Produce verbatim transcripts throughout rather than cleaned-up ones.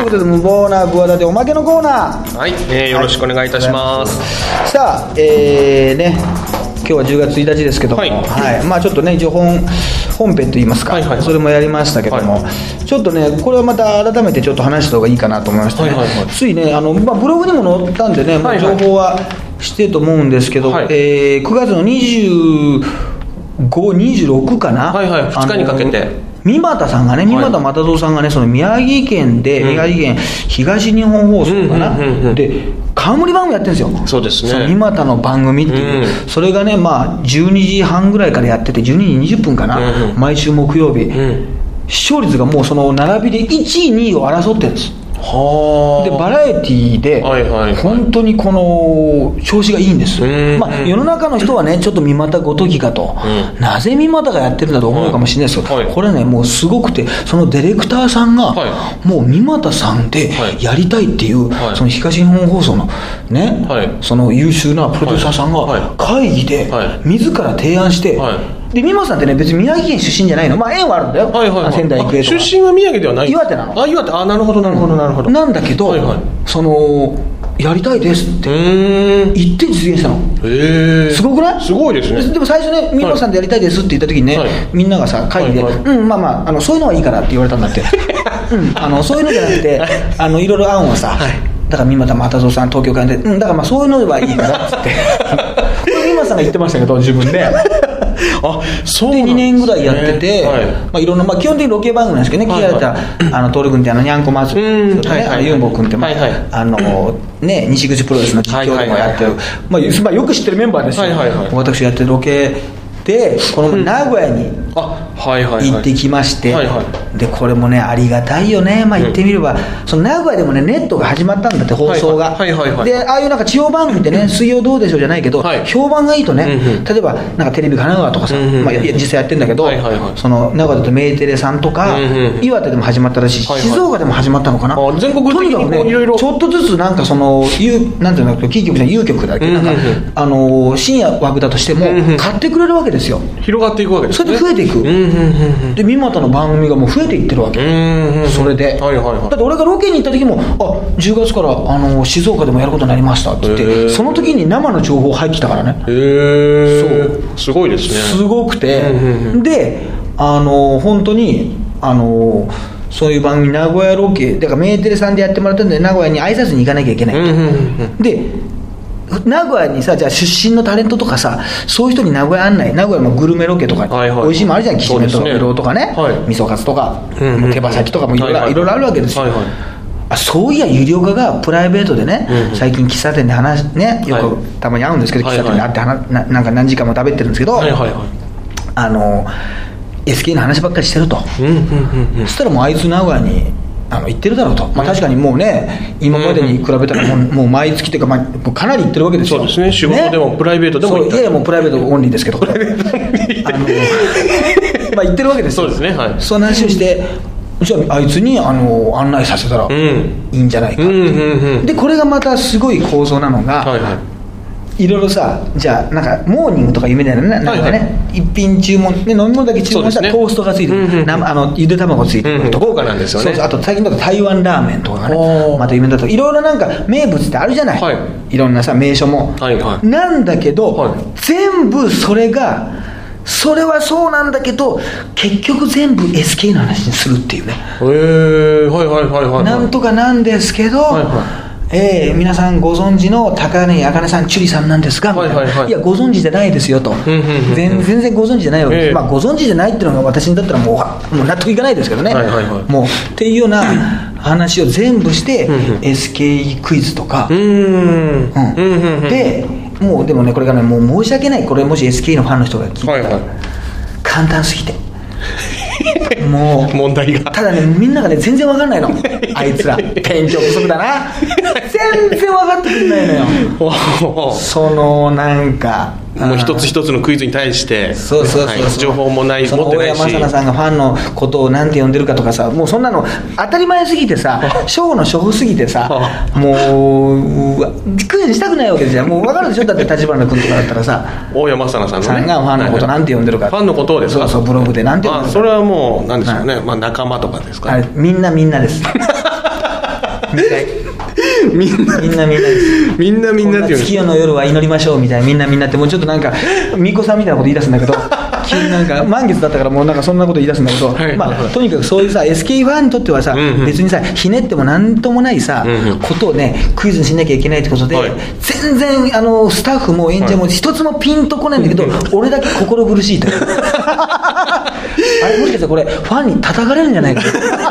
ことで無謀なグアダでおまけのコーナー、 はい、えー、よろしくお願いいたします、 はい、さあ、えーね今日はじゅうがつついたちですけども、はいはい、まあちょっとね本本編といいますか、はいはいはい、それもやりましたけども、はい、ちょっとねこれはまた改めてちょっと話した方がいいかなと思いましてね、はいはいはい、ついねあの、まあ、ブログにも載ったんでね、まあ、情報はしてると思うんですけど、はいはい、えー、くがつのにじゅうご、にじゅうろくかな、はいはい、 ふつかにかけて三股さんがね、三股又蔵さんがね、その宮城県で、うん、宮城県東日本放送かな、うんうんうんうん、で冠番組やってるんですよ。 そうですね。 その三股の番組っていう、うん、それがね、まあじゅうにじはんぐらいからやってて、じゅうにじにじゅっぷんかな、うんうん、毎週木曜日、うん、視聴率がもうその並びでいちいにいを争ってるんです。はでバラエティーで本当にこの調子がいいんです、まあ、世の中の人はねちょっと三股ごときかと、うん、なぜ三股がやってるんだと思うかもしれないですけど、はい、これねもうすごくて、そのディレクターさんが、はい、もう三股さんでやりたいっていう、はい、その東日本放送のね、はい、その優秀なプロデューサーさんが会議で自ら提案して、はいはい、で三股さんってね別に宮城県出身じゃないの、まあ縁はあるんだよ、はいはいはい、仙台育英とか出身は宮城ではない、 岩手なの。 あ岩手、あなるほどなるほどなるほど、 なんだけど、はいはい、そのやりたいですって言って実現したの。へー、すごくない？ すごいですね。 でも最初ね三股さんでやりたいですって言った時にね、はい、みんながさ会議で、はいはい、うんまあまあ、あのそういうのはいいからって言われたんだってうん、あのそういうのじゃなくてあのいろいろ案をさ、はい、だから三股又蔵さん東京からで、うんだからまあそういうのはいいからっつってこれ三股さんが言ってましたけど自分であそうでにねんぐらいやってて、はいまあ、いろんな、まあ、基本的にロケ番組なんですけどね、はいはい、聞かれたあの徹君ってあのにゃんこ祭り、うんね、はいはい、ユンボ君って、まあはいはい、あのね、西口プロレスの実況でもやってる、はいはいはいまあまあ、よく知ってるメンバーですよ、はいはいはい、私やってるロケでこの名古屋に行ってきまして、でこれもねありがたいよね、まあ、言ってみれば、うん、その名古屋でもねネットが始まったんだって、放送が、はいはいはいはい、でああいうなんか地方番組ってね水曜どうでしょうじゃないけど、はい、評判がいいとね、うんうん、例えばなんかテレビ神奈川とかさ、うんうんまあ、実際やってるんだけど、はいはいはい、その名古屋だとメーテレさんとか、うんうん、岩手でも始まったらしい、はいはい、静岡でも始まったのかな、あ全国的にもいろいろちょっとずつなんかそのなんていうんだろう、キー局じゃない有局だっけ、うんうんうん、なんかあの深夜枠だとしても買ってくれるわけですよ、広がっていくわけですね。それで増えていく、うんうんうん、で三股の番組がもう増えていってるわけ、うんうん、それで、はいはいはい、だって俺がロケに行った時もあじゅうがつからあの静岡でもやることになりましたって言ってその時に生の情報入ってきたからね。へーそうすごいですね。 すごくて、うんうんうん、であの本当にあのそういう番組名古屋ロケだからメーテレさんでやってもらってるんで名古屋に挨拶に行かなきゃいけないと、うんうんうん、で名古屋にさじゃあ出身のタレントとかさそういう人に名古屋案内、名古屋のグルメロケとか、はいはい、美味しいもあるじゃん、きしめんとかうろうとかね、はい、味噌カツとか、うんうん、手羽先とかもいろいろあるわけですよ、はいはい、あそういや有料化がプライベートでね、うんうん、最近喫茶店で話ねよく、はい、たまに会うんですけど、喫茶店で会って話、な, なんか何時間も食べてるんですけど、はいはいはい、あの エスケー の話ばっかりしてると、うんうんうんうん、そしたらもうあいつ名古屋にあの行ってるだろうと、まあ、確かにもうね今までに比べたらもう、うん、もう毎月というか、まあ、かなり行ってるわけですよ。 そうですね、仕事でも、ね、プライベートでも行ってる。いやいやもうプライベートオンリーですけどあの、まあ、行ってるわけですよ。 そうですね、はい、 その話をしてじゃああいつにあの案内させたらいいんじゃないかって、うんうんうんうん、でこれがまたすごい構造なのが、はいはいいろいろさじゃあなんかモーニングとか夢だよね、なんかね、はいはい、一品注文、ね、飲み物だけ注文したらトーストがついてる、ねうんうん、あのゆで卵ついてるとか、 うんうん、豪華なんですよね。 そうそう、あと最近だと台湾ラーメンとかがねまた夢だといろいろなんか名物ってあるじゃない、はい、いろんなさ名所も、はいはい、なんだけど、はい、全部それがそれはそうなんだけど結局全部 エスケー の話にするっていうね。へーはいはいはいはい、なんとかなんですけど、はいはいえー、皆さんご存知の高根あかねさんチュリさんなんですが、はいはいはい、いやご存知じゃないですよと、うんうんうん、全, 全然ご存知じゃないわけです、えーまあ、ご存知じゃないっていうのが私にとったらもう、もう納得いかないですけどね、はいはいはい、もうっていうような話を全部して、うんうん、エスケー クイズとか、うんうんうん、でもうでもねこれがねもう申し訳ない、これもし エスケー のファンの人が聞いたら、はいはい、簡単すぎてもう問題がただねみんながね全然分かんないのあいつら勉強不足だな全然分かってくれないのよそのなんかもう一つ一つのクイズに対してそうそうそうそう、はい、 情報もないその持ってないし、 大山正奈さんがファンのことをなんて呼んでるかとかさもうそんなの当たり前すぎてさショーの初歩すぎてさもうクイズしたくないわけですよ。もう分かるでしょだって立花君とかだったらさ大山正奈さんの、ね、 さんがファンのことなんて呼んでるか、 ファンのことをですか。 そうそうブログでなんて呼んでるか、 それはもう何ですかね、はいまあ、仲間とかですか、 ね、みんなみんなですみんなみんなみんなですみんなみんなっていう月夜の夜は祈りましょうみたいな、みんなみんなってもうちょっとなんか巫女さんみたいなこと言い出すんだけど急になんか満月だったからもうなんかそんなこと言い出すんだけど、はい、まあ、はい、とにかくそういうさ エスケー ファンにとってはさ、うんうん、別にさひねってもなんともないさ、うんうん、ことをねクイズにしなきゃいけないってことで、はい、全然あのスタッフも演者も一つもピンとこないんだけど、はい、俺だけ心苦しいというあれもしかしたらこれファンに叩かれるんじゃないか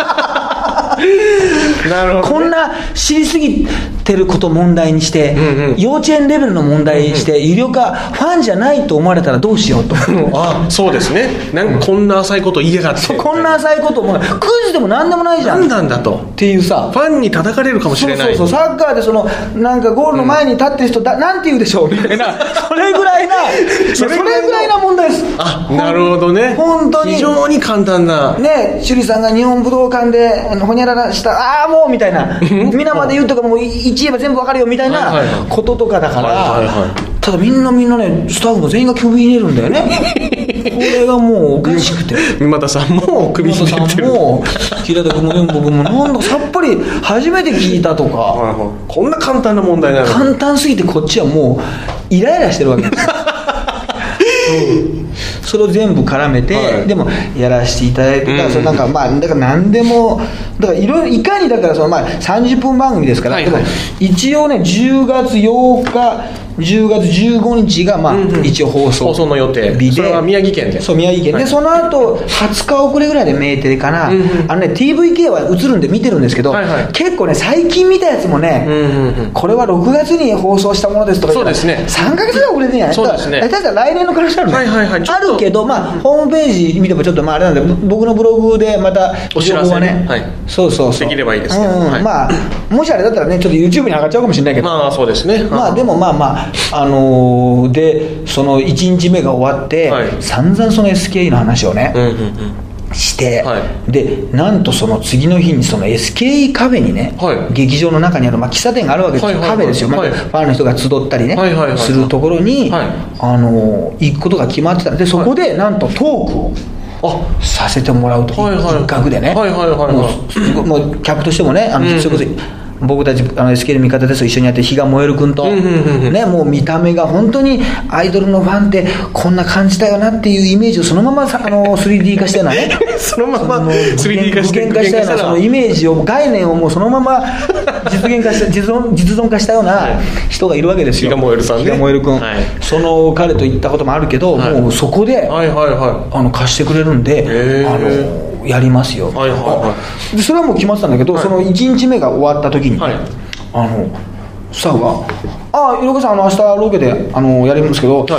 なるほど、ね、こんな知りすぎてることを問題にして、うんうん、幼稚園レベルの問題にして、うんうん、有料化ファンじゃないと思われたらどうしようとあそうですね、なんかこんな浅いこと言いやがって、 こんな浅いこともクイズでも何でもないじゃん、 何なんだとっていうさ、 ファンに叩かれるかもしれない、 そうそうそう、サッカーでそのなんかゴールの前に立ってる人、うん、だなんて言うでしょうみたいなそれぐらいなそれぐらいな問題です。 あ、なるほどね、 本当に非常に簡単なね、趣里さんが日本武道館でほにゃららしたああもうみたいな皆まで言うとかもう一言えば全部わかるよみたいなこととかだから、はいはいはい、ただみんなみんなねスタッフも全員が首ひねるんだよねこれがもうおかしくて三股さんも首ひねってる、 も平田君も僕もなんださっぱり初めて聞いたとか、はいはい、 こんな簡単な問題なの、 簡単すぎてこっちはもうイライラしてるわけですようん、それを全部絡めて、はい、でもやらせていただいて、うん、そのなんかまあだから何でもだからいろいろいかにだからそのまあさんじゅっぷん番組ですから、はいはい、でも一応ねじゅうがつようかじゅうがつじゅうごにちがまあ、うんうん、一応放送放送の予定日で、それは宮城県で、 そう宮城県、はい、でその後はつか遅れぐらいでメーテレかな、うんうん、あのね ティーブイケー は映るんで見てるんですけど、はいはい、結構ね最近見たやつもね、うんうんうん、これはろくがつに放送したものですとか、 そうですね、 さんかげつぐらい遅れてんじゃない、 そうですね、 大体来年の可能性あるの、 はいはいはい、 あるけど、まあ、ホームページ見てもちょっとまああれなんで僕のブログでまたお知らせはね、はい、 そうそうそうできればいいですけど、うんうん、はい、まあもしあれだったらねちょっと YouTube に上がっちゃうかもしれないけど、 まあそうですね、 まあでもまあまああのーでそのいちにちめが終わって、はい、散々その エスケー の話をね、うんうんうん、して、はい、でなんとその次の日にその エスケーイー カフェにね、はい、劇場の中にある、まあ、喫茶店があるわけですよ、はいはいはい、カフェですよ、まあはい、ファンの人が集ったりね、はいはいはい、するところに、はい、あの行くことが決まってたので、そこでなんとトークをあさせてもらうと、はいはい、一角でね、はいはいはいはい、もう、もう客としてもね、あの、うん、それこそ僕たちあの エスケー の味方ですと一緒にやって日が燃える君と、うんうんうんうん、ね、もう見た目が本当にアイドルのファンってこんな感じだよなっていうイメージをそのままあの スリーディー 化したようなねそのまま スリーディー 化して具現化したようなそのイメージを概念をもうそのまま実現化した実存、実存化したような人がいるわけですよ。 日が燃えるさんね、 日が燃える君、はい、その彼と行ったこともあるけど、はい、もうそこで、はいはいはい、あの貸してくれるんで、あのやりますよ、はいはいはい、でそれはもう決まってたんだけど、はい、そのいちにちめが終わった時に、はい、あのスタッフが「ああ色気さんあの明日ロケであのやりますけど、はい、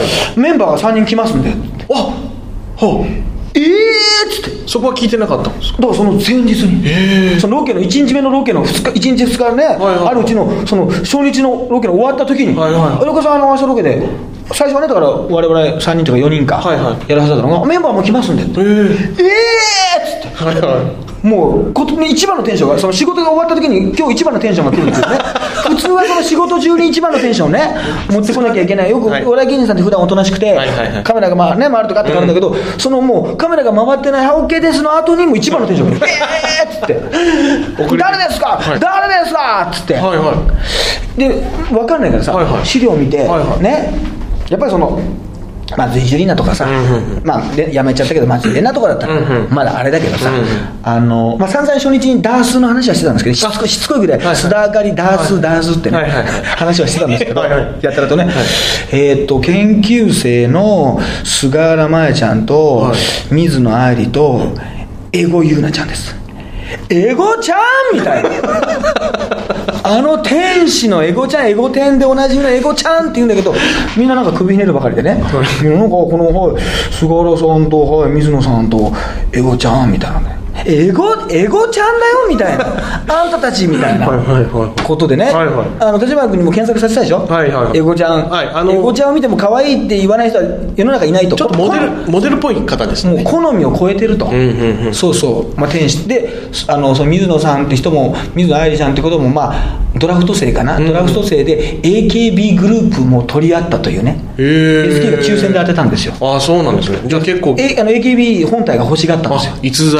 メンバーがさんにん来ますんで」あはあえーっつってそこは聞いてなかったんですか。 だからその前日に、えー、そのロケのいちにちめのロケのふつかいちにちふつかね、はいはいはい、あるうちのその初日のロケの終わった時に「はいはい、色気さんあの明日ロケで」最初はねだから我々さんにんとかよにんかやらせたのが、はいはい、メンバーも来ますんで、えー、えーっつって、はいはい、もうこと一番のテンションがその仕事が終わった時に今日一番のテンションが来るんですよね普通はその仕事中に一番のテンションをね持ってこなきゃいけない。よくお笑い芸人さんって普段おとなしくて、はいはいはい、カメラがまあ、ね、回るとかってあるんだけど、うん、そのもうカメラが回ってない「OK です」の後にも一番のテンションが来るえーっつって誰ですか、はい、誰ですかっつって、はいはい、で分かんないからさ、はいはい、資料を見て、はいはい、ねやっぱりそのまずイジュリーナとかさ、うんうんうん、まあでやめちゃったけどまずレナとかだったら、うんうん、まだあれだけどさ、うんうん、あのまあ散々初日にダースの話はしてたんですけどしつこいしつこいぐらい須田あかりダース、はい、ダースってね、はいはい、話はしてたんですけどはい、はい、やったらとね、はい、えー、っと研究生の菅原麻也ちゃんと、はい、水野愛理とエゴユーナちゃんです。エゴちゃんみたいなあの天使のエゴちゃん、エゴ天でおなじみのエゴちゃんって言うんだけどみんななんか首ひねるばかりでね、はい、なんかこの、はい、菅原さんと、はい、水野さんとエゴちゃんみたいなね、エゴエゴちゃんだよみたいなあんたたちみたいなことでね、はいはいはい、あの立花君にも検索させたでしょ、はいはいはい、エゴちゃん、はい、あのエゴちゃんを見ても可愛いって言わない人は世の中いないと。 ちょっとモデルモデルっぽい方ですね。 もう好みを超えてると、うんうんうん、そうそう、まあ、天使であのその水野さんって人も水野愛理さんってこともまあドラフト生かな、うんうん、ドラフト生で エーケービー グループも取り合ったというね、へー エスケー が抽選で当てたんですよ。 ああそうなんですね。じゃあ結構えあの エーケービー 本体が欲しがったんですよ。 逸材という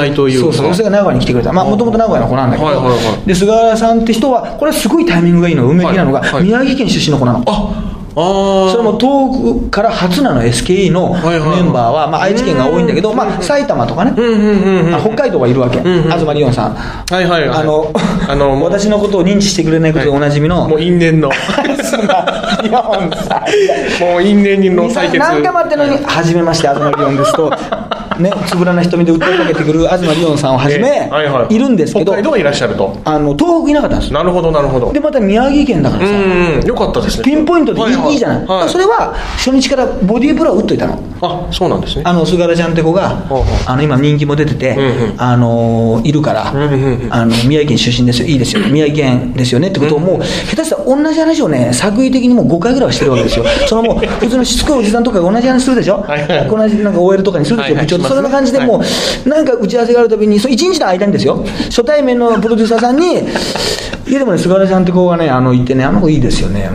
そうそう、それが名古屋に来てくれた。まあもともと名古屋の子なんだけど、 はいはいはい、 で菅原さんって人はこれすごいタイミングがいいの、運命的なのが、はいはい、宮城県出身の子なの。 ああ、それも東北から初なの エスケーイー のメンバーは、まあ、愛知県が多いんだけど、まあ、埼玉とかね、北海道がいるわけ、東リオンさん、 はいはいはい、 あのあの私のことを認知してくれないことでおなじみの、 はい、もう因縁のリオンさん、 もう因縁の採決、 何回もあってのに、はじめまして、東リオンですと、ね、つぶらな瞳で訴えかけてくる東リオンさんをはじめ、えーはいはい、いるんですけど、 北海道がいらっしゃると、 あの東北いなかったんです。 なるほどなるほど。 でまた宮城県だからさ、 うん、よかったですね、 ピンポイントでいい、はいはい、いいじゃない、はい、それは初日からボディーブロー打っといたの。 あ、そうなんですね。 あの菅原ちゃんって子が、はいはい、あの今人気も出てて、うんうん、あのいるから、うんうんうん、あの宮城県出身ですよ、いいですよ、宮城県ですよねってことをもう、うん、下手したら同じ話をね、作為的にもうごかいぐらいはしてるわけですよ。そのもう普通のしつこいおじさんとかが同じ話するでしょ、はいはい、同じなんか オーエル とかにするでしょ、はいはい、部長とそんな感じでもう、はい、なんか打ち合わせがあるたびにそのいちにちの間にですよ、初対面のプロデューサーさんにいやでもね、菅原ちゃんって子がね、あのいてね、あの子いいですよね、うん、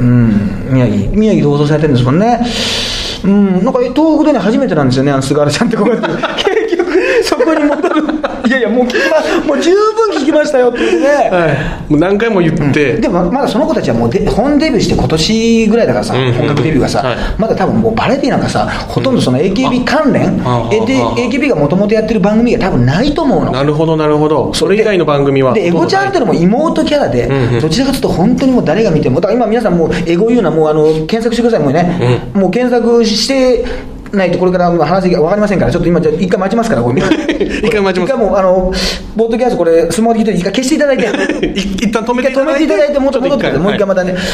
宮城宮城で放送されてるんですもんね、うん、なんか東北でね初めてなんですよね、あの菅原ちゃんって子が結局そこに戻るいやいやもう聞きまもう十分聞きましたよって言ってね、 はい、もう何回も言って、うん、 でもまだその子たちはもうで本デビューして今年ぐらいだからさ、うん、本格デビューがさ、はい、まだ多分もうバラエティなんかさほとんどその エーケービー 関連、うん、エーケービー がもともとやってる番組が多分ないと思うの。 なるほどなるほど、それ以外の番組はでエゴちゃんってのも妹キャラで、うんうん、どちらかというと本当にもう誰が見ても、だから今皆さんもうエゴ言うな、もうあの検索してください、もうね、うん、もう検索してないとこれから話が分かりませんから、ちょっと今じゃ一回待ちますから、これ一回待ちます。 一回もうあのボードキャストこれスマホで聞いて一回消していただいて一旦止めていただいて、 止めていただいて戻ってもう一回またね、はい、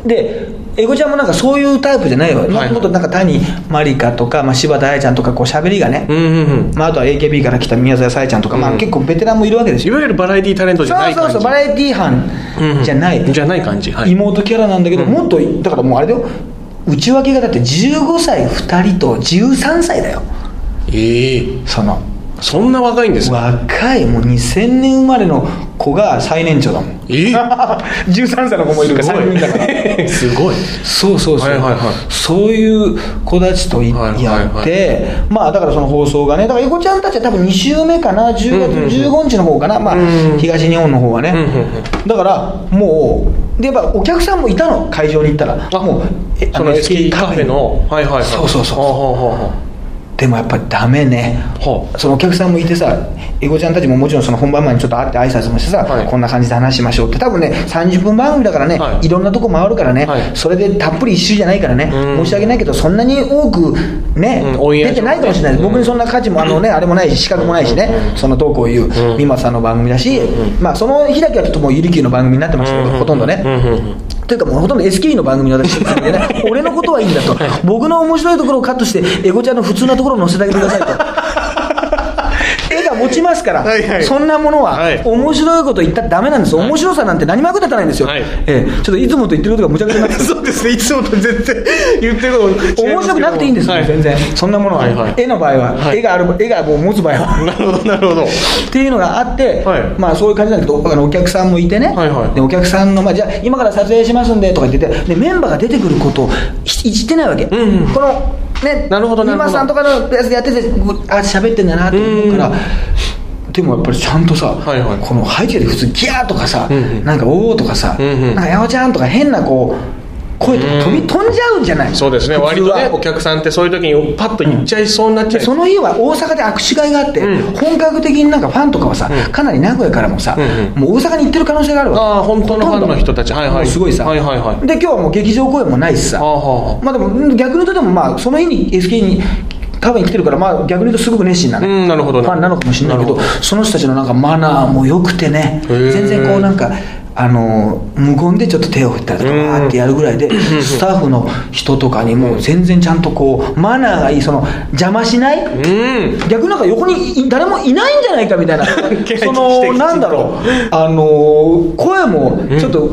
でエゴちゃんもなんかそういうタイプじゃないわ、はい、もっとなんか谷まりかとか、まあ、柴田彩ちゃんとかこう喋りがね、うんうんうん、まあ、あとは エーケービー から来た宮沢さえちゃんとか、うんうん、まあ、結構ベテランもいるわけですよ。 いわゆるバラエティタレントじゃない感じ。 そうそうそう、バラエティ班じゃない、うんうん、 じゃない感じ、はい、 妹キャラなんだけど、うん、もっとだからもうあれだよ、内訳がだってじゅうごさいふたりとじゅうさんさいだよ。 ええー、 そのそんな若いんですか。 若い、もうにせんねん生まれの子が最年長だもん。 えー、 じゅうさんさいの子もいるからさんにんだからすごい。 そうそうそう、はいはいはい、そういう子たちとやって、はいはいはい、まあだからその放送がね、だからエゴちゃんたちは多分に週目かな、じゅうがつじゅうごにちの方かな、まあ東日本の方はね、だからもうでやっぱお客さんもいたの、会場に行ったら、 あもうえその エスケー カフェの、はいはいはい、 そうそうそう、はあはあはあ、でもやっぱりダメね、はあ、そのお客さんもいてさ、エゴちゃんたちももちろんその本番前にちょっと会って挨拶もしてさ、はい、こんな感じで話しましょうって、多分ねさんじゅっぷん番組だからね、はい、いろんなとこ回るからね、はい、それでたっぷり一周じゃないからね、申し訳ないけどそんなに多くね、うん、出てないかもしれない、うん、僕にそんな価値もあの、ね、あれもないし資格もないしね、うん、そのトークを言う三馬さんの番組だし、うん、まあその日だけはちょっともうゆりきゅうの番組になってましたけど、うん、ほとんどね、うんうんうん、というかもうほとんど エスケーイー の番組に私でね俺のことはいいんだと、僕の面白いところをカットしてエゴちゃんの普通なところを載せてあげてくださいと絵が持ちますから、はいはい、そんなものは、はい、面白いこと言ったらダメなんですよ、面白さなんて何も役立たないんですよ、はい、えー、ちょっといつもと言ってることがむちゃくちゃになってそうですね、いつもと全然言ってること面白くなくていいんですよ、はい、全然そんなものは、はいはい、絵の場合は、はい、絵がある絵がもう持つ場合はなるほどなるほどっていうのがあって、はい、まあそういう感じなんだけど、あのお客さんもいてね、はいはい、でお客さんの、まあ、じゃあ今から撮影しますんでとか言ってて、でメンバーが出てくることをいじってないわけ、うんうん、このね、なるほどなるほど、今さんとかのやつでやっててあ喋ってんだなと思うから、でもやっぱりちゃんとさ、はいはい、この背景で普通ギャーとかさ、うんうん、なんかおーとかさ、うんうん、なんかやおちゃんとか変なこう声とか飛び飛んじゃうんじゃない。 そうですね、割とねお客さんってそういう時にパッと言っちゃいそうになっちゃう、うん、 その日は大阪で握手会があって、うん、本格的になんかファンとかはさ、うん、かなり名古屋からもさ、うんうん、もう大阪に行ってる可能性があるわけ。 ああ、本当のファンの人たち、はいはい、 すごいさ、 はいはいはい、 で今日はもう劇場公演もないしさ、ああ、まあでも逆に言うとでもまあその日に エスケー に多分来てるから、まあ、逆に言うとすごく熱心な、ね、 うん、なるほどね、 ファンなのかもしれないけど、その人たちのなんかマナーも良くてね、全然こうなんかあの無言でちょっと手を振ったりとかわーってやるぐらいで、スタッフの人とかにも全然ちゃんとこうマナーがいい、その邪魔しない、うん、逆になんか横に誰もいないんじゃないかみたいなそのなんだろう、あの声もちょっと、うん、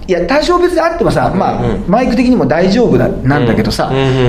いや多少別にあってもさ、まあうんうん、マイク的にも大丈夫だなんだけどさ、うんうんうんうん、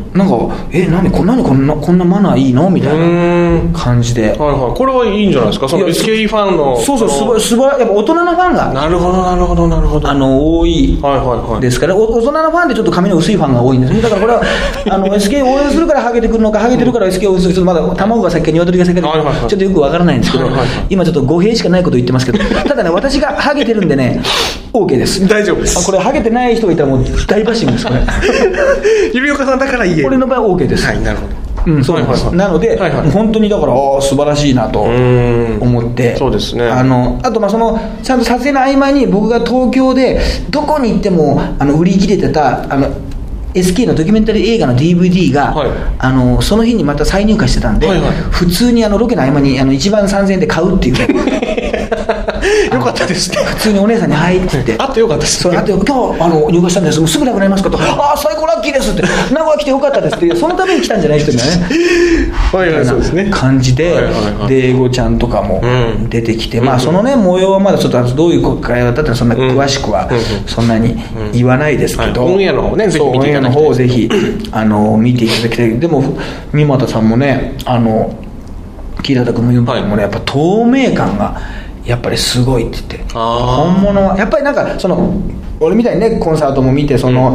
なんかえ何こ何こんなこんなマナーいいのみたいな感じで、はいはい、これはいいんじゃないですか、その エスケーイー ファンのそうそうすばすばやっぱ大人なファンがなるほどなるほどなるほどあの多いですから、はいはいはい、大人のファンでちょっと髪の薄いファンが多いんです。だからこれはあの エスケー を応援するからハゲてくるのかハゲてるから エスケー を応援する人まだ卵が先か鶏が先かで、はいはいはい、ちょっとよくわからないんですけど、はいはいはい、今ちょっと語弊しかないこと言ってますけどただね私がハゲてるんでね OK です、 大丈夫です。 これハゲてない人がいたらもう大バッシングですこれ指岡さんだから言える、 これの場合は OK です。 はい、なるほど、 うん、そうなんです、はいはいはい、なので、はいはい、本当にだからあ素晴らしいなと思って、 そうですね、 あのあとまあそのちゃんと撮影の合間に僕が東京でどこに行ってもあの売り切れてたあの エスケー のドキュメンタリー映画の ディーブイディー が、はい、あのその日にまた再入荷してたんで、はいはい、普通にあのロケの合間にあのいちまんさんぜんえんで買うっていうよかったですね。 普通にお姉さんに入ってあってよかったです、 ね、そうあって今日あの入荷したんですもうすぐなくなりますかとああ最高ラッキーですって名古屋来てよかったですってそのために来たんじゃない人にはねはいはいそうですね感じで、はいはいはい、で英語ちゃんとかも出てきて、うん、まあそのね模様はまだちょっとどういう会話だったらそんな詳しくはそんなに言わないですけど、 うんうんはい、オンエアの方ねぜひ見ていただきたい、 オンエアの方をぜひあの見ていただきたい。でも三股さんもねあの木田君も言うのもね、やっぱ透明感がやっぱりすごいって言って本物はやっぱりなんかその俺みたいにねコンサートも見てその、うん、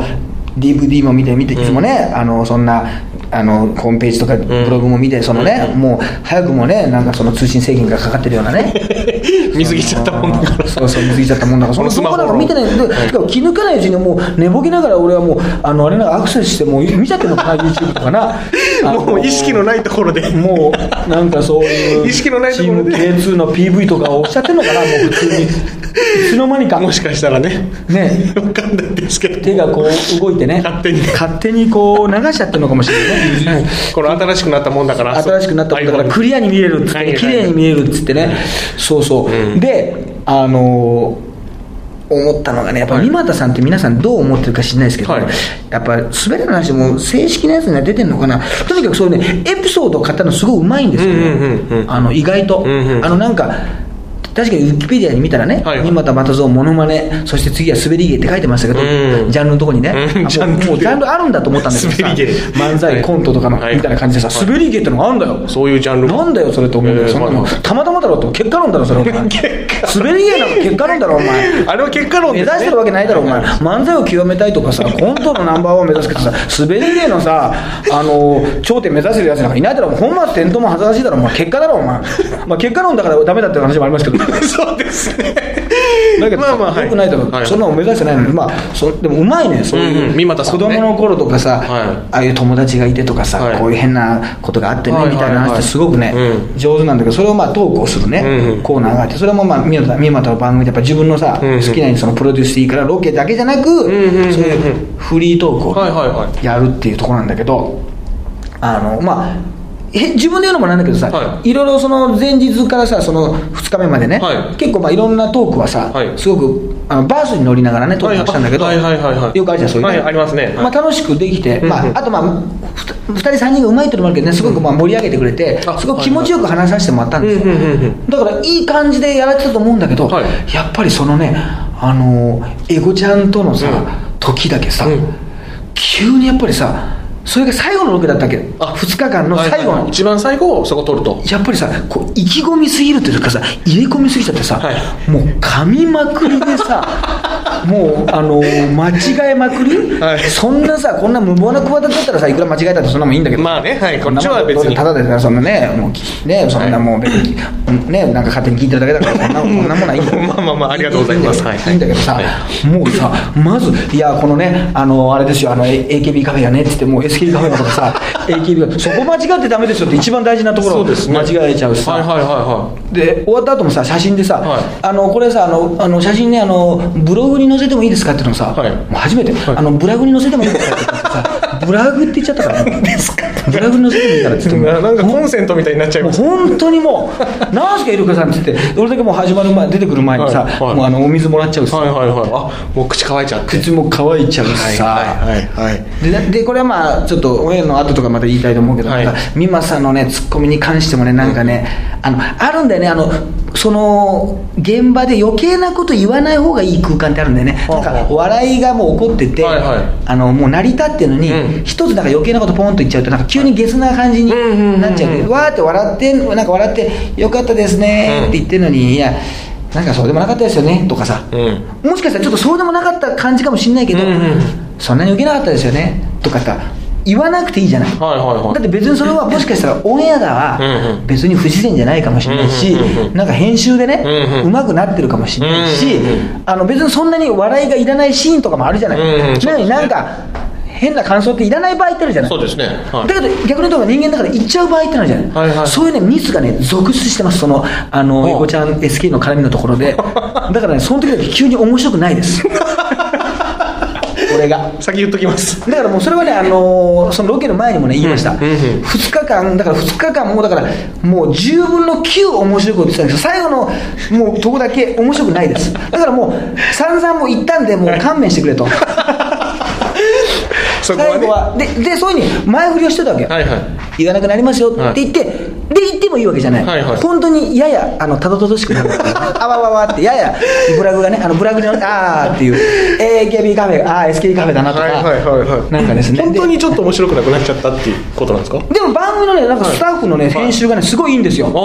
ディーブイディー も見て見ていつもね、うん、あのそんなあのホームページとかブログも見て、うん、そのね、うん、もう早くもねなんかその通信制限がかかってるようなね水着ちゃったもんだからそうそう水着ちゃったもんだからそのスマホなんか見てないで、はい、気抜かないうちにもう寝ぼけながら俺はもうあのあれなんかアクセスしてもう見ちゃってるのかな YouTube とかなもう意識のないところでもうなんかそういう意識のないところでチーム ケーツー の ピーブイ とかをおっしゃってるのかなもう普通にいつの間にかもしかしたらねね分かんないですけど手がこう動いてね勝手に勝手にこう流しちゃってるのかもしれないね、はい、 この新しくなったもんだから新しくなったもんだからクリアに見えるっつって、ね、綺麗に見えるっつってね、そうそう、うん、であのー思ったのがねやっぱり三股さんって皆さんどう思ってるか知らないですけど、はい、やっぱり滑りの話も正式なやつには出てるのかな。とにかくそういうねエピソードを語るのすごいうまいんですよね、うんうんうん、あの意外と、うんうん、あのなんか確かにウィキペディアに見たらね、はいはい、三股又蔵モノマネそして次は滑り芸って書いてましたけど、うん、ジャンルのとこにね、うん、もうジャンルあるんだと思ったんですけどさ漫才コントとかの、はい、みたいな感じでさ、はい、滑り芸ってのがあるんだよ。 そういうジャンルなんだよそれと思うんだよ、えー、そんなのたまたまだろって結果論だろそれお前滑り芸なんか結果論だろお前あれは結果論です、ね、 目指してるわけないだろお前漫才を極めたいとかさコントのナンバーワン目指すけどさ滑り芸のさあの頂点目指せるやつなんかいないだろ本末転倒も恥ずかしいだろお前結果だろお前まあ結果論だからダメだって話もありますけどそうですだけどまあまあよくないだろう、はい、そんなの目指してないのに、まあ、そでもうまいねそういう、うんうん、子供の頃とかさ、はい、ああいう友達がいてとかさ、はい、こういう変なことがあってね、はい、みたいな話ってすごくね、はいはいはい、上手なんだけどそれをまあトークをするね、うんうん、コーナーがあってそれもまあ三股の番組でやっぱ自分のさ、うんうん、好きなようにそのプロデュースしていいからロケだけじゃなく、うんうんうん、そういうフリートークをやるっていうところなんだけどあのまあ自分で言うのもなんだけどさ、はい、いろいろその前日からさそのふつかめまでね、はい、結構まあいろんなトークはさ、はい、すごくあのバースに乗りながらねトークしたんだけど、はいはいはいはい、よくあるじゃんそういうね、はい、 ありますね、 まあ、楽しくできて、うんうんまあ、あとまあふたりさんにんがうまいっていうのもあるけどねすごくまあ盛り上げてくれて、うん、すごく気持ちよく話させてもらったんですよ、はいはい、だからいい感じでやられてたと思うんだけど、はい、やっぱりそのねあのエゴちゃんとのさ、うん、時だけさ、うん、急にやっぱりさそれが最後のロケだったっけあふつかかんの最後の、はいはい、 一番最後をそこ取るとやっぱりさこう意気込みすぎるっていうかさ入れ込みすぎちゃってさ、はい、もう噛みまくりでさもうあの間違えまくり、はい、そんなさこんな無謀な企てだったらさいくら間違えたってそんなもんいいんだけどまあね、はい、こっちは別にただでそんなねもうねそんなもう別に、はい、ねなんか勝手に聞いてるだけだからそんなこんなものはいいんだまあまあまあありがとうございますいいんだけど、 はい、いいんだけどさ、はい、もうさまずいやこのねあのあれですよあの エーケービー カフェやねって言ってもう エスケービー カフェとかさエーケービー がそこ間違ってダメですよって一番大事なところを間違えちゃうしさ、 はいはいはいはい、 で終わった後もさ写真でさ、はい、あのこれさあのあの写真ねあのブログに載せてもいいですかっていうのをさ、はい、もう初めて、はい、あのブラグに載せてもいいですかって言ってさブラグって言っちゃったからですかブラグに載せてもいいからって言ってもなんかコンセントみたいになっちゃいますもう本当にもう何すかイルカさんって言って俺だけもう始まる前出てくる前にさ、はいはい、もうあのお水もらっちゃうしさ、はいはいはい、 あもう口乾いちゃって口も乾いちゃうしさ、はいはいはいはい、で, でこれはまああちょっと親の後とかまた言いたいと思うけど、はい、なんか美馬さんのねツッコミに関してもねなんかね、うん、あのあるんだよね、あのその現場で余計なこと言わない方がいい空間ってあるんだよね、はあ、なんか笑いがもう起こってて、はいはい、あのもう成り立ってるのに、うん、一つなんか余計なことポンと言っちゃうとなんか急にゲスな感じになっちゃう、うんうんうんうん、わーって笑ってなんか笑ってよかったですねって言ってるのに、うん、いやなんかそうでもなかったですよねとかさ、うん、もしかしたらちょっとそうでもなかった感じかもしれないけど、うんうん、そんなに受けなかったですよねとかさ言わなくていいじゃない、はいはいはい、だって別にそれはもしかしたらオンエアだは別に不自然じゃないかもしれないし、うんうん、なんか編集でね、うんうん、上手くなってるかもしれないし、うんうん、あの別にそんなに笑いがいらないシーンとかもあるじゃない、うんうん、なのになんか変な感想っていらない場合ってあるじゃない。 そうですね、はい、 だけど逆に言うと人間だから言っちゃう場合ってあるじゃない、はいはい、そういうねミスがね続出してます。そのあのエコちゃん エスケー の絡みのところでだからねその時だけ急に面白くないですこれが先言っときます。 だからもうそれはね、あのー、そのロケの前にもね言いました、うんうんうん、ふつかかんだからふつかかんもうだからもうじゅうぶんのきゅう面白いこと言ってたんですけど最後のもうとこだけ面白くないです。だからもう散々もう言ったんでもう勘弁してくれとそこはね、最後は で, でそういうふうに前振りをしてたわけ、はいはい、言わなくなりますよって言って、はい、で言ってもいいわけじゃない、はいはい、本当にややあのたどたどしくなるあわわわってややブラグがねあのブラグにあーっていう エーケービー カフェあー エスケービー カフェだなとか、はいはいはいはい、なんかですね本当にちょっと面白くなくなっちゃったっていうことなんですか。 でも番組のねなんかスタッフのね、はい、編集がねすごいいいんですよ、はい、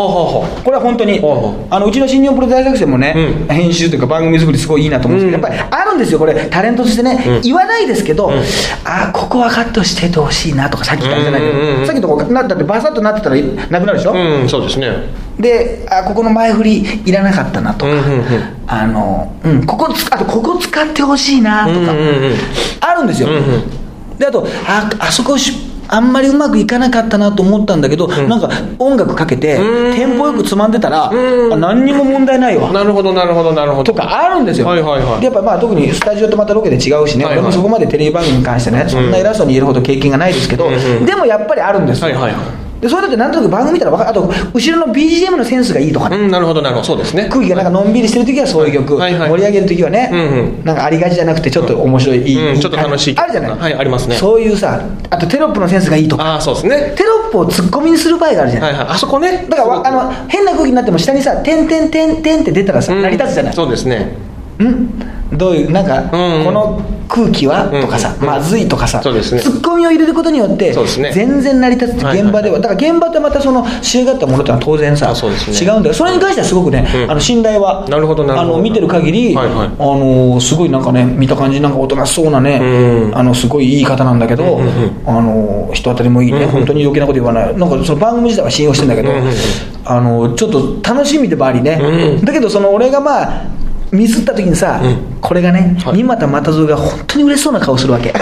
これは本当にあのうちの新日本プロ大学生もね、うん、編集というか番組作りすごいいいなと思うんですけど、うん、やっぱりあるんですよこれタレントとしてね、うん、言わないですけど、うん、あここはカットしててほしいなとかさっき言ったんじゃないけど、うんうんうん、さっきとこなったってバサッとなってたらなくなるでしょ、 うん、そうですね。 であここの前振りいらなかったなとか、うんうんうん、あの、うん、ここあとここ使ってほしいなとか、うんうんうん、あるんですよ、うんうん、であと あ, あそこあんまりうまくいかなかったなと思ったんだけど、うん、なんか音楽かけてテンポよくつまんでたら何にも問題ないわ。 なるほどなるほどなるほどとかあるんですよ、はいはいはい、でやっぱまあ特にスタジオとまたロケで違うしね、はいはい、俺もそこまでテレビ番組に関してねそんな偉そうに言えるほど経験がないですけど、うんうん、でもやっぱりあるんですよ、はいはいはい、でそれだってなんとなく番組見たら分かる。あと後ろの ビージーエム のセンスがいいとかね、 うん、なるほどなるほどそうですね。 空気がなんかのんびりしてる時はそういう曲、はいはいはい、盛り上げる時はね、うんうん、なんかありがちじゃなくてちょっと面白い、うん、いい、 うん、ちょっと楽しいあるじゃない、 はい、ありますね。 そういうさあとテロップのセンスがいいとか、 あそうですね、 テロップをツッコミにする場合があるじゃない、はいはい、 あそこね。 だからあの変な空気になっても下にさてんてんてんてんって出たらさ、うん、成り立つじゃない。 そうですね。 んどういうなんか、うん、この空気は、うん、とかさ、うん、まずいとかさ、そうですね、ツッコミを入れることによって全然成り立つって現場では、はいはい、だから現場ってまたその仕上がったものってのは当然さ、ね、違うんだよ。それに関してはすごくね、うん、あの信頼はなるほどなるほど、あの見てる限り、はいはい、あのすごいなんかね見た感じなんかおとなしそうなね、うん、あのすごいいい方なんだけど、うんうんうん、あの人当たりもいいね、うんうん、本当に余計なこと言わない。なんかその番組自体は信用してんだけど、うんうんうん、あのちょっと楽しみでもありね、うん、だけどその俺がまあミスった時にさ、うん、これがね、はい、三股又蔵が本当に嬉しそうな顔するわけ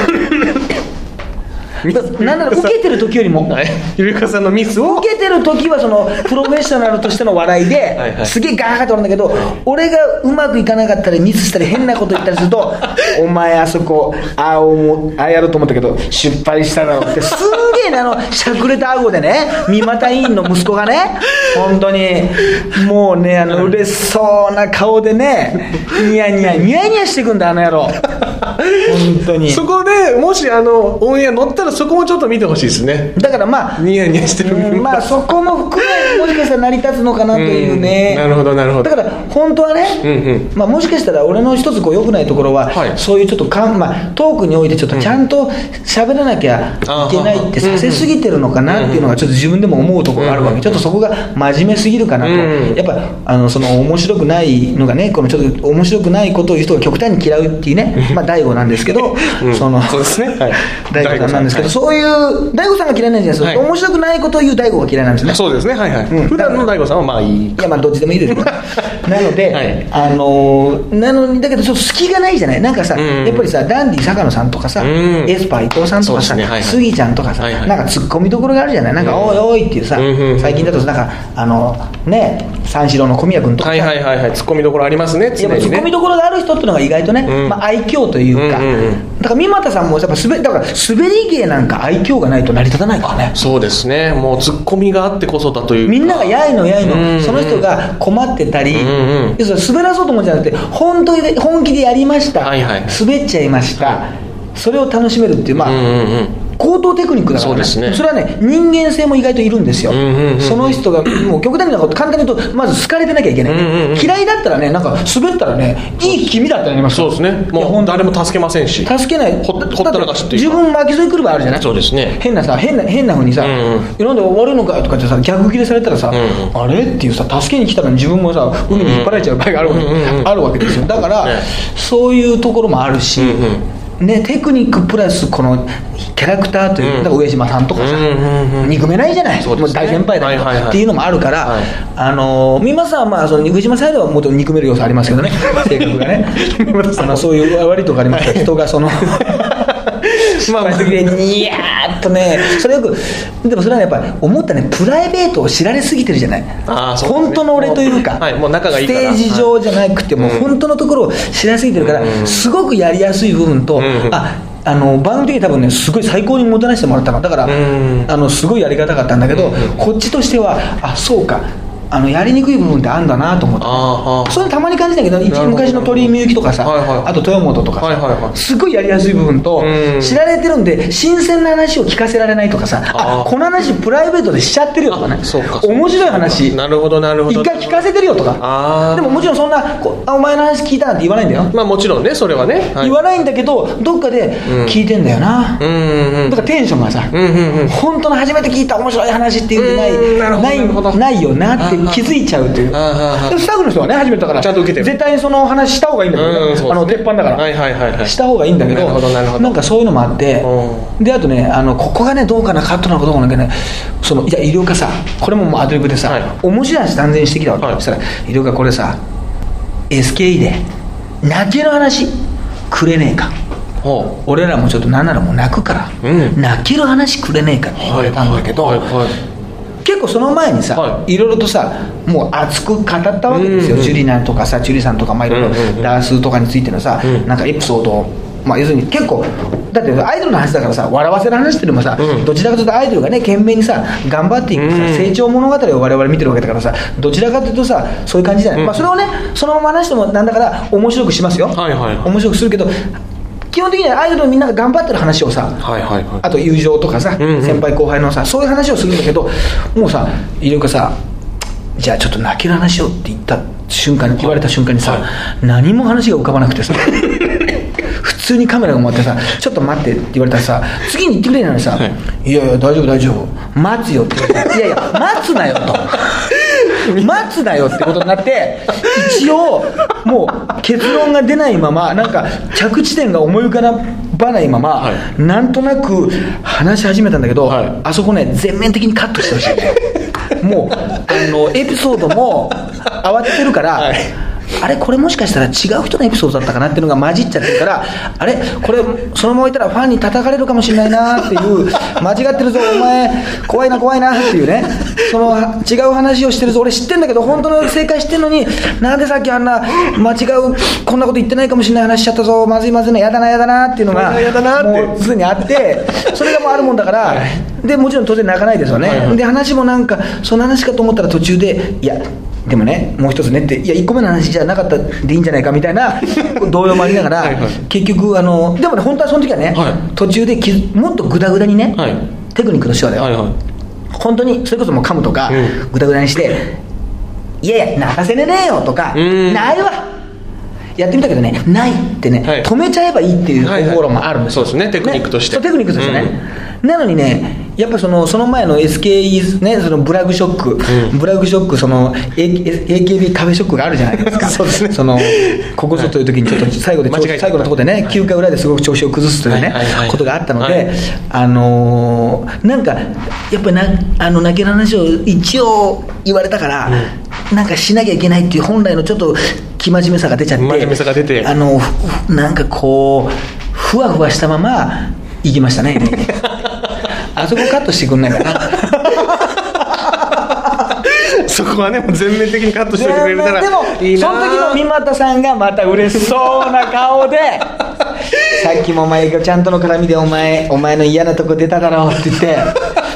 なんなら受けてる時よりもゆりかさんのミスを受けてる時はそのプロフェッショナルとしての笑いではい、はい、すげえガーッと笑うんだけど、俺がうまくいかなかったりミスしたり変なこと言ったりするとお前あそこあああやろうと思ったけど失敗しただろってすんげえなあのしゃくれた顎でね三股委員の息子がね本当にもうねあの嬉しそうな顔でねニヤニヤニヤニヤしてくんだあの野郎本当に。 そこでもしあのオンエア乗ったらそこもちょっと見てほしいですね。 だからまあニヤニヤしてる、 うん、まあそこも含めもしかしたら成り立つのかなというね、 うん、なるほどなるほど。 だから本当はね、うんうんまあ、もしかしたら俺の一つこう良くないところは、はい、そういうちょっとかん、まあ、トークにおいてちょっとちゃんと喋らなきゃいけないってさせすぎてるのかなっていうのがちょっと自分でも思うところがあるわけ。ちょっとそこが真面目すぎるかなと、うん、やっぱあのその面白くないのがねこのちょっと面白くないことを言う人が極端に嫌うっていうねまあ大悟なんですけど、うん、そのそうですね、はい、 大悟さんなんですけど、はい、そういう大悟さんが嫌いなんじゃないですか、はい、面白くないことを言う大悟が嫌いなんですね。 そうですね、はいはい、うん、普段の大悟さんはまあいい、 いやまあどっちでもいいですけどなので、はい、あのなのにだけどちょっと隙がないじゃない。なんかさ、うん、やっぱりさダンディ坂野さんとかさ、うん、エスパー伊藤さんとかさ、ねはいはい、杉ちゃんとかさ、はいはい、なんかツッコミどころがあるじゃない。なんか、うん、おいおいっていうさ、うん、最近だとなんかあのね三四郎の小宮君とかはいはいはいはいツッコミどころありますね。 常にねやっぱツッコミどころがある人っていうのが意外とね、うんまあ、愛嬌というか、うんうんうん、だから三股さんもやっぱ滑だから滑り芸なんか愛嬌がないと成り立たないからね。 そうですね、もうツッコミがあってこそだというみんながやいのやいの、うんうん、その人が困ってたり、うんうん、滑らそうと思うんじゃなくて本当に本気でやりました、はいはい、滑っちゃいました、はい、それを楽しめるっていうまあ、うんうんうん高等テクニックだからね。 そうですね。 それはね、人間性も意外といるんですよ。 うんうんうんうん、 その人がもう極端なこと簡単に言うとまず好かれてなきゃいけない、うんうんうん、嫌いだったらね、なんか滑ったらね、いい気味だったらなります。 そうですね。もう誰も助けませんし、助けない、 ほほったらかしっていうか、 自分巻き添え来る場合あるじゃない。 そうですね。 変なさ、変な変な風にさ、うんうん、なんで悪いのかとかってさ、逆ギレされたらさ、うんうん、あれっていうさ、助けに来たのに自分もさ、海に引っ張られちゃう場合があるわけ、うんうんうん、あるわけですよ。だから、ね、そういうところもあるし、うんうんね、テクニックプラスこのキャラクターという、うん、だから上島さんとかさ、うんうんうん、憎めないじゃない、ね、もう大先輩だけど、はいはいはい、っていうのもあるから、はい、あの三馬さんはまあその上島さんではもっと憎める要素ありますけどね性格がねあのそういう悪いとこありますから、人がそのまあまあにやーっとね、それよくでもそれはやっぱり思ったね、プライベートを知られすぎてるじゃない。あ、そうですね、本当の俺というか、もう、はい、もう仲がいいからステージ上じゃなくて、はい、もう本当のところを知られすぎてるから、うん、すごくやりやすい部分と、うん、ああの番組的に多分ね、すごい最高にもたらしてもらったから、だから、うん、あのすごいやりがたかったんだけど、うん、こっちとしてはあそうか、あのやりにくい部分ってあるんだなと思って、ああ、それたまに感じたけど、一昔の鳥居みゆきとかさ、はいはい、あと豊本とかさ、はいはいはい、すごいやりやすい部分と、知られてるんで新鮮な話を聞かせられないとかさ、ああ、この話プライベートでしちゃってるよとかね、そうか、面白い話、なるほどなるほど、一回聞かせてるよとか、あ、でももちろんそんなお前の話聞いたなんて言わないんだよ。まあもちろんね、それはね、はい、言わないんだけど、どっかで聞いてんだよな、うん、うん、だからテンションがさ、うんうんうん、本当の初めて聞いた面白い話っていうんじゃない、ない、ないよなって気づいちゃう。ああ、スタッフの人はね、初めてだからちゃんと受けてる、絶対にその話した方がいいんだけど、ね、うん、あの鉄板だから、はいはいはいはい、した方がいいんだけど、なるほどなるほど、なんかそういうのもあって、であとね、あのここがねどうかな、カットなのかどうかなんかね、そのいや医療家さ、これももうアドリブでさ、はい、面白い話断然してきたわけ、はい、そしたら医療家これさ エスケーイー で泣ける話くれねえか、俺らもちょっとなんならもう泣くから、うん、泣ける話くれねえかって言われたんだけど、はいはいはいはい、結構その前にさ、はい、いろいろとさもう熱く語ったわけですよ、うんうん、ジュリナンとかさ、ジュリさんとか、まあ、いろいろダースとかについてのさ、うん、なんかエピソードを、まあ、要するに結構だってアイドルの話だからさ、笑わせる話っていうのもさ、うん、どちらかというとアイドルがね懸命にさ頑張っていくさ、うん、成長物語を我々見てるわけだからさ、どちらかというとさそういう感じじゃない、うん、まあ、それをねそのまま話してもなんだから面白くしますよ、はいはいはい、面白くするけど、基本的にはアイドルのみんなが頑張ってる話をさ、はいはいはい、あと友情とかさ、うんうん、先輩後輩のさそういう話をするんだけど、もうさいろいろかさ、じゃあちょっと泣ける話をって言った瞬間に、言われた瞬間にさ、はいはい、何も話が浮かばなくてさ普通にカメラが回ってさ、ちょっと待ってって言われたらさ、次に言ってくれないのにさ、はい、いやいや大丈夫大丈夫待つよって言われて、いやいや待つなよと待つなよってことになって、一応もう結論が出ないまま、なんか着地点が思い浮かばないまま、はい、なんとなく話し始めたんだけど、はい、あそこね全面的にカットしてほしいもうあのエピソードも慌ててるから、はい、あれこれもしかしたら違う人のエピソードだったかなっていうのが混じっちゃってるから、あれこれそのままいったらファンに叩かれるかもしれないなっていう、間違ってるぞお前怖いな怖いなっていうね、その違う話をしてるぞ、俺知ってんだけど本当の正解知ってんのに、なんでさっきあんな間違うこんなこと言ってないかもしれない話しちゃったぞ、まずいまずいな、やだなやだなっていうのがもうすでにあって、それがもうあるもんだから、でもちろん当然泣かないですよね、はいはい、で話もなんかその話かと思ったら途中でいやでもねもう一つねって、いやいっこめの話じゃなかったでいいんじゃないかみたいな動揺もありながらはい、はい、結局あのでもね本当はその時はね、はい、途中できもっとグダグダにね、はい、テクニックとしてはだよ、はいはい、本当にそれこそもう噛むとか、うん、グダグダにしていやいや泣かせねえよとかないわやってみたけどねないってね、はい、止めちゃえばいいっていう方法論もあるんですよ、はいはい、そうですねテクニックとして、ね、そうテクニックとしてね、うん、なのにねやっぱそのその前の エスケーイー ね、そのブラグショック、うん、ブラグショックその エーケービー 壁ショックがあるじゃないですかそうですね、そのここぞという時にちょっと最後で最後のところでねきゅうかい裏ですごく調子を崩すというね、はいはいはい、ことがあったので、はい、あのー、なんかやっぱりなあの泣ける話を一応言われたから、うん、なんかしなきゃいけないっていう本来のちょっと生真面目さが出ちゃって、真面目さが出て、あのなんかこうふわふわしたまま行きましたねあそこカットしてくんないかなそこはねもう全面的にカットしてくれたらいいな。 でもその時の三股さんがまた嬉しそうな顔でさっきもお前がちゃんとの絡みでお前お前の嫌なとこ出ただろうって言ってそ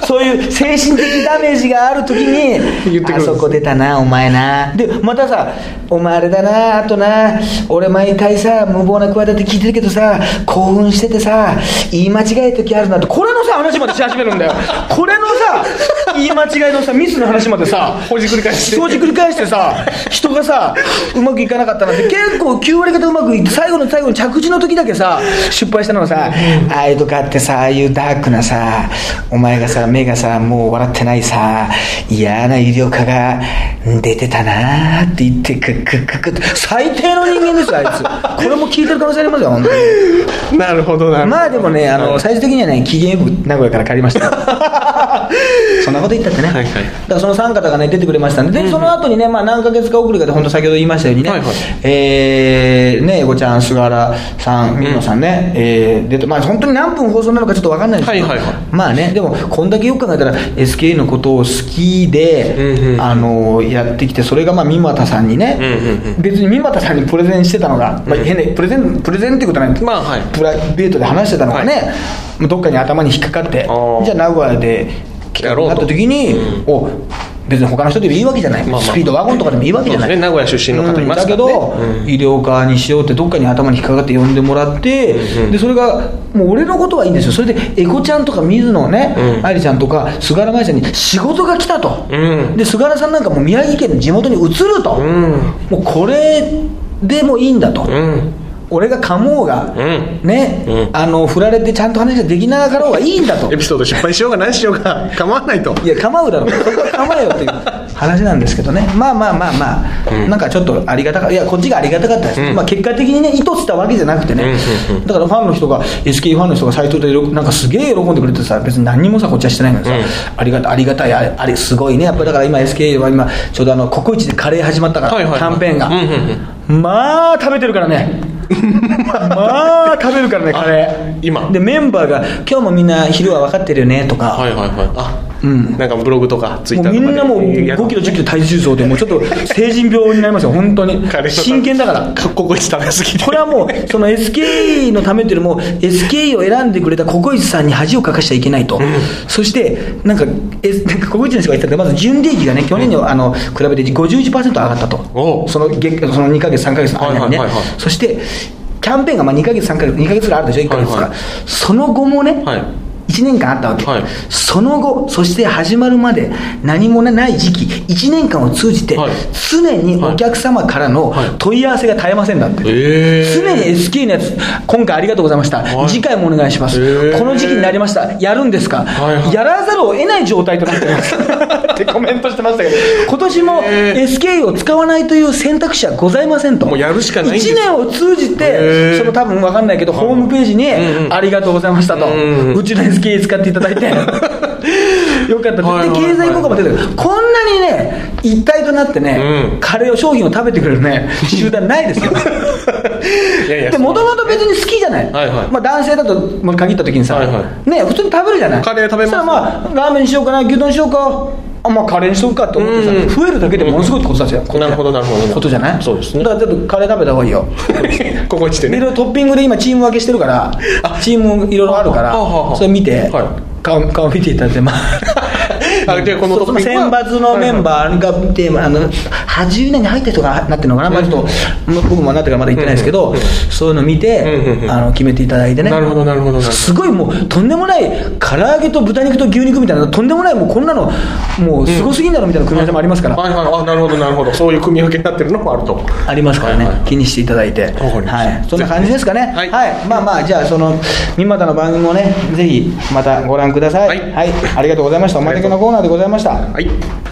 そういう精神的ダメージがある時に言ってくるんです。 あそこ出たなお前な、でまたさお前あれだな、あとな俺毎回さ無謀な企て聞いてるけどさ興奮しててさ言い間違える時あるなって、これのさ話までし始めるんだよ。これのさ言い間違いのさミスの話までさほじくり返してほじくり返してさ人がさうまくいかなかったなんて結構きゅう割方うまくいって最後の最後の着地の時だけさ失敗したのがさ、ああいうとかってさああいうダークなさお前がさ目がさもう笑ってないさ嫌な医療科が出てたなーって言ってクックックックって最低の人間ですよあいつ。これも聞いてる可能性ありますよ本当に。 なるほどなるほど。 まあでもねあの、はい、最終的にはね機嫌よく名古屋から帰りましたそんなこと言ったってね、はいはい、だからその三方がね出てくれましたんで、で、うん、その後にね、まあ、何ヶ月か遅れかで本当先ほど言いましたようにね、はいはい、えー、ねえごちゃん菅原さん水野さんね、うん、えー、でまあ本当に何分放送なのかちょっと分かんないですけど、はいはいはい、まあねでもこんだけよく考えたら エスケー のことを好きで、うんうん、あのやってきて、それがまあ三股さんにね、うんうん、別に三股さんにプレゼンしてたのが、まあ、変なプレゼンプレゼンっていうことはない、まあはい、プライベートで話してたのがね、はい、どっかに頭に引っかかって、じゃあ名古屋で企画になった時に、うん、お別に他の人でもいいわけじゃない、まあまあ、スピードワゴンとかでもいいわけじゃない、 ね、名古屋出身の方いますからね、 うん、だけど、うん、医療科にしようってどっかに頭に引っかかって呼んでもらって、うんうん、でそれがもう俺のことはいいんですよ。それでエコちゃんとか水野ね、うん、愛理ちゃんとか菅原舞ちゃんに仕事が来たと、うん、で菅原さんなんかもう宮城県の地元に移ると、うん、もうこれでもいいんだと、うん、俺が噛もうが、うんねうん、あの振られてちゃんと話ができなかろうがいいんだと、 エピソード失敗しようが何しようが構わないと、 いや構うだろう構えよっていう話なんですけどね、まあまあまあまあ、うん、なんかちょっとありがたかった、いやこっちがありがたかったです、うん、まあ、結果的にね意図したわけじゃなくてね、うんうんうん、だからファンの人が エスケー ファンの人がサイトでなんかすげえ喜んでくれてさ、別に何にもさこっちはしてないのにさ、うん、ありがたありがたいあれ、あれすごいねやっぱり。だから今 エスケー は今ちょうどあのココイチでカレー始まったから、はいはいはい、キャンペーンが、うんうんうん、まあ食べてるからねまあ食べるからねカレー今でメンバーが今日もみんな昼は分かってるよねとか、はいはいはい、あ、 うん、なんかブログとかツイッターとかみんなもうごキロじゅっキロ体重増でもうちょっと成人病になりますよ本当に真剣だからココイチ食べ過ぎて、 これはもうその エスケー のためっていうよりも エスケー を選んでくれたココイチさんに恥をかかしちゃいけないと、うん、そしてなんか、えなんかココイチの人が言ったらまず純利益がね去年にあの比べて ごじゅういちパーセント 上がったと、その月そのにかげつさんかげつの間にね、はいはいはいはい、そしてキャンペーンがまあにかげつさんかげつにかげつぐらいあるでしょいっかげつか、はいはい、その後もね、はい、いちねんかんあったわけ、はい、その後そして始まるまで何もない時期いちねんかんを通じて、はい、常にお客様からの問い合わせが絶えませんだって、はい、常に エスケー のやつ今回ありがとうございました、はい、次回もお願いします、この時期になりましたやるんですか、はいはい、やらざるを得ない状態となっていますってコメントしてましたけど、今年も エスケー を使わないという選択肢はございませんと、 もうやるしかないんです。 いちねんを通じてその多分分かんないけどホームページにありがとうございましたと、うんうん、うちの エスケー 使っていただいてよかった、はいはいはい、で経済効果も出てる、こんなにね一体となってね、うん、カレーを商品を食べてくれるね集団ないですよでもともと別に好きじゃない、はいはい、まあ、男性だと限った時にさ、はいはい、ね普通に食べるじゃない、 カレー食べます、 そしたらまあラーメンにしようかな牛丼にしようか、あまあカレーにしようかと思ってさ、うん、増えるだけでものすごいことですよ、 うん、なるほどなるほどことじゃない、 そうですね、 だからちょっとカレー食べた方がいいよここに来てね、 いろいろトッピングで今チーム分けしてるからチームいろいろあるからそれ見て、はい、顔, 顔見ていただいて、まああじゃあこのその選抜のメンバーが見て、はいはい、あのはちじゅうねんに入った人がなってるのかな、うん、まあ、ちょっと僕もなってからまだ言ってないですけど、うんうん、そういうの見て、うんうん、あの決めていただいてね、 なるほどなるほど、 すごいもうとんでもない唐揚げと豚肉と牛肉みたいなとんでもないもうこんなのもうすごすぎんだろみたいな組み合わせもありますから、 はいはいはい、あなるほどなるほど、そういう組み分けになってるのもあるとありますからね、はいはい、気にしていただいて、はい、そんな感じですかね、はい、はい、まあまあじゃあその三股の番組もねぜひまたご覧ください、はい、はい、ありがとうございました。お招きのコーナーでございました。 はい。